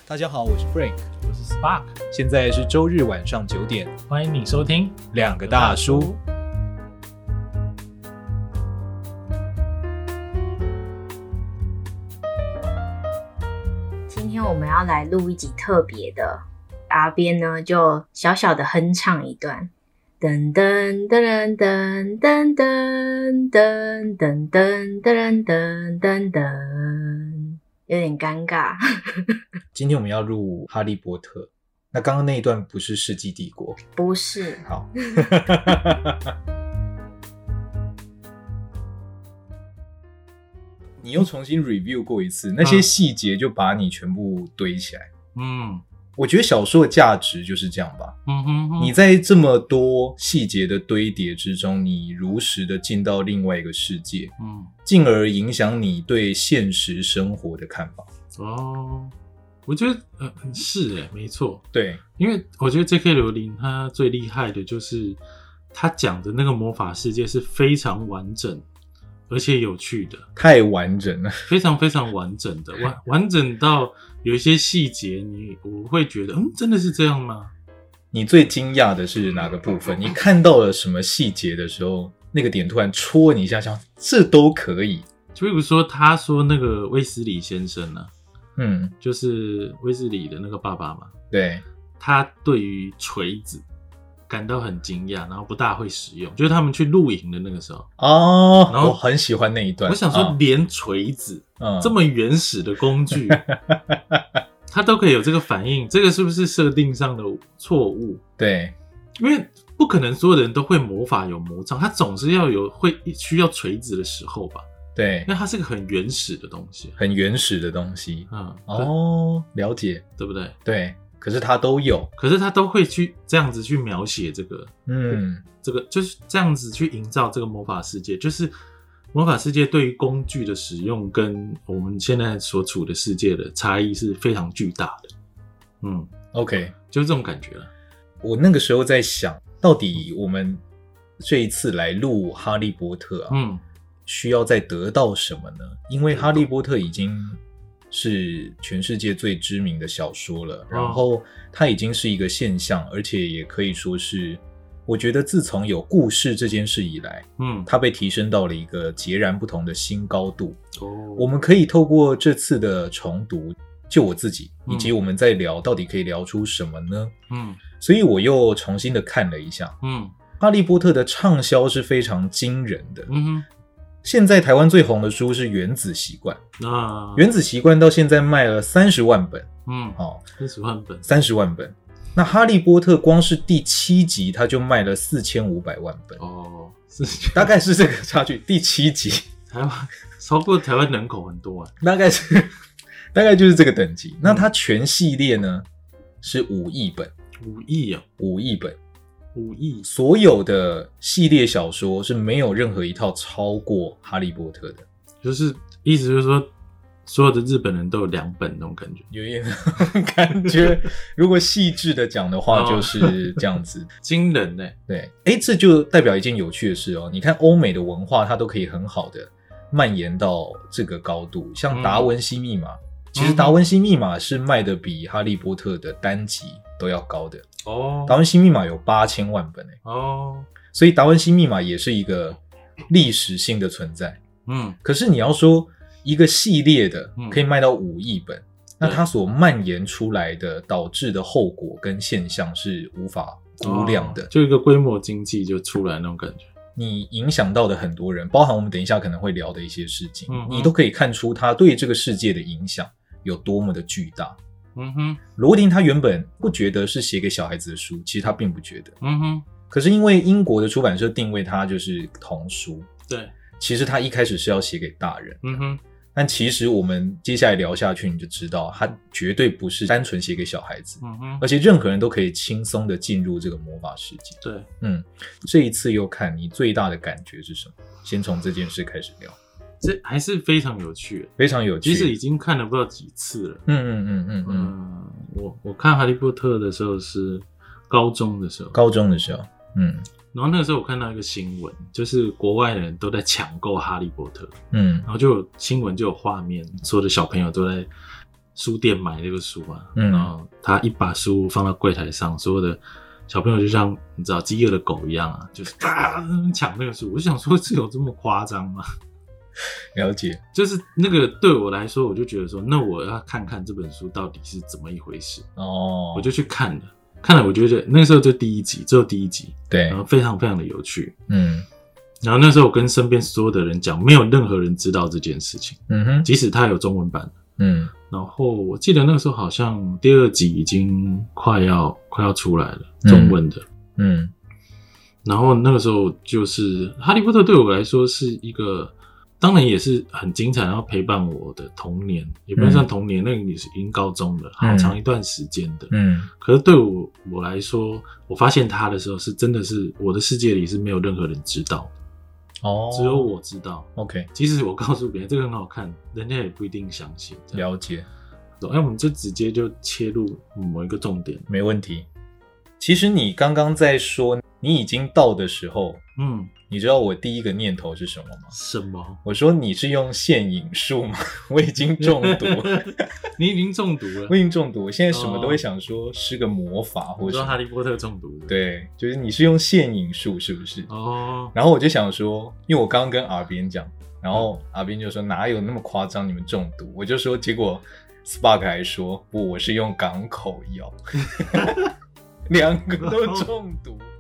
大家好，我是 Frank， 我是 Spark， 现在是周日晚上9点， 欢迎你收听两个大叔。 今天我们要来录一集特别的，阿边呢就小小的哼唱一段，噔噔噔噔噔噔噔噔噔噔噔噔噔，有点尴尬。 今天我们要录哈利波特，那刚刚那一段不是世纪帝国？ 不是。 好。你又重新 review 过一次，那些细节就把你全部堆起来。我觉得小说的价值就是这样吧。你在这么多细节的堆叠之中，你如实的进到另外一个世界，进而影响你对现实生活的看法。 我觉得是没错。 对， 因为我觉得 J.K. 罗琳他最厉害的就是他讲的那个魔法世界是非常完整而且有趣的， 太完整了， 非常非常完整的，完整到有一些细节我会觉得真的是这样吗？ 你最惊讶的是哪个部分？你看到了什么细节的时候，那个点突然戳你一下，想这都可以。 就比如说他说那个威斯理先生啊，就是威斯理的那个爸爸嘛， 对， 他对于锤子感到很惊讶，然后不大会使用，就是他们去露营的那个时候然后我很喜欢那一段。 我想说连锤子这么原始的工具他都可以有这个反应，这个是不是设定上的错误？ 对， 因为不可能所有的人都会魔法有魔杖，他总是要有需要锤子的时候吧。 对， 因为它是个很原始的东西， 很原始的东西。了解， 对不对？ 对，可是他都有， 可是他都会去这样子去描写这个，这个就是这样子去营造这个魔法世界，就是魔法世界对于工具的使用跟我们现在所处的世界的差异是非常巨大的。 OK， 就是这种感觉了。 我那个时候在想，到底我们这一次来录哈利波特需要再得到什么呢？因为哈利波特已经是全世界最知名的小说了，然后它已经是一个现象，而且也可以说是，我觉得自从有故事这件事以来，它被提升到了一个截然不同的新高度。我们可以透过这次的重读，就我自己以及我们在聊到底可以聊出什么呢？所以我又重新的看了一下，哈利波特的畅销是非常惊人的。现在台湾最红的书是《原子习惯》原子习惯到现在卖了30万本，30万本。那哈利波特光是第7集它就卖了4500万本大概是这个差距。第7集台湾超过台湾人口很多大概就是这个等级。那它全系列呢是5亿本 ，5亿 5亿本 ，5亿， 所有的系列小说是没有任何一套超过哈利波特的， 就是意思就是说所有的日本人都有2本那种感觉， 有一点感觉。如果细致的讲的话就是这样子惊人对，这就代表一件有趣的事你看欧美的文化它都可以很好的蔓延到这个高度，像达文西密码其实达文西密码是卖的比哈利波特的单集都要高的达文西密码有8000万本所以达文西密码也是一个历史性的存在。可是你要说一个系列的可以卖到5亿本，那它所蔓延出来的导致的后果跟现象是无法估量的， 就一个规模经济就出来那种感觉。 你影响到的很多人，包含我们等一下可能会聊的一些事情，你都可以看出它对这个世界的影响有多么的巨大。罗琳他原本不觉得是写给小孩子的书，其实他并不觉得。可是因为英国的出版社定位它就是童书，对，其实他一开始是要写给大人。但其实我们接下来聊下去你就知道，他绝对不是单纯写给小孩子，而且任何人都可以轻松的进入这个魔法世界。对，这一次又看你最大的感觉是什么？先从这件事开始聊。 这还是非常有趣， 非常有趣。 其实已经看了不知道几次了。我看哈利波特的时候是高中的时候，然后那个时候我看到一个新闻，就是国外的人都在抢购哈利波特，然后就有新闻就有画面，所有的小朋友都在书店买这个书啊，然后他一把书放到柜台上，所有的小朋友就像你知道饥饿的狗一样啊，就是抢那个书。我就想说，这有这么夸张吗？ 了解， 就是那个对我来说，我就觉得说，那我要看看这本书到底是怎么一回事哦，我就去看了，我觉得那个时候就第一集，只有第一集， 对， 然后非常非常的有趣，然后那时候我跟身边所有的人讲，没有任何人知道这件事情，即使它有中文版，然后我记得那个时候好像第2集已经快要出来了，中文的，然后那个时候就是哈利波特对我来说是一个，当然也是很精彩，然后陪伴我的童年，也不能算童年，那个也是已经高中了，好长一段时间的。可是对我来说，我发现它的时候是真的是我的世界里是没有任何人知道的，只有我知道。 OK， 即使我告诉别人这个很好看，人家也不一定相信。 了解。 我们就直接就切入某一个重点， 没问题。其实你刚刚在说你已经到的时候，你知道我第一个念头是什么吗？ 什么？ 我说你是用现影术吗？我已经中毒了。 你已经中毒了？ 我已经中毒，我现在什么都会想说是个魔法，或者说哈利波特中毒的。 对，就是你是用现影术是不是？然后我就想说，因为我刚刚跟阿边讲，然后阿边就说哪有那么夸张，你们中毒？我就说，结果 Spark 还说不，我是用港口药。2个都中毒。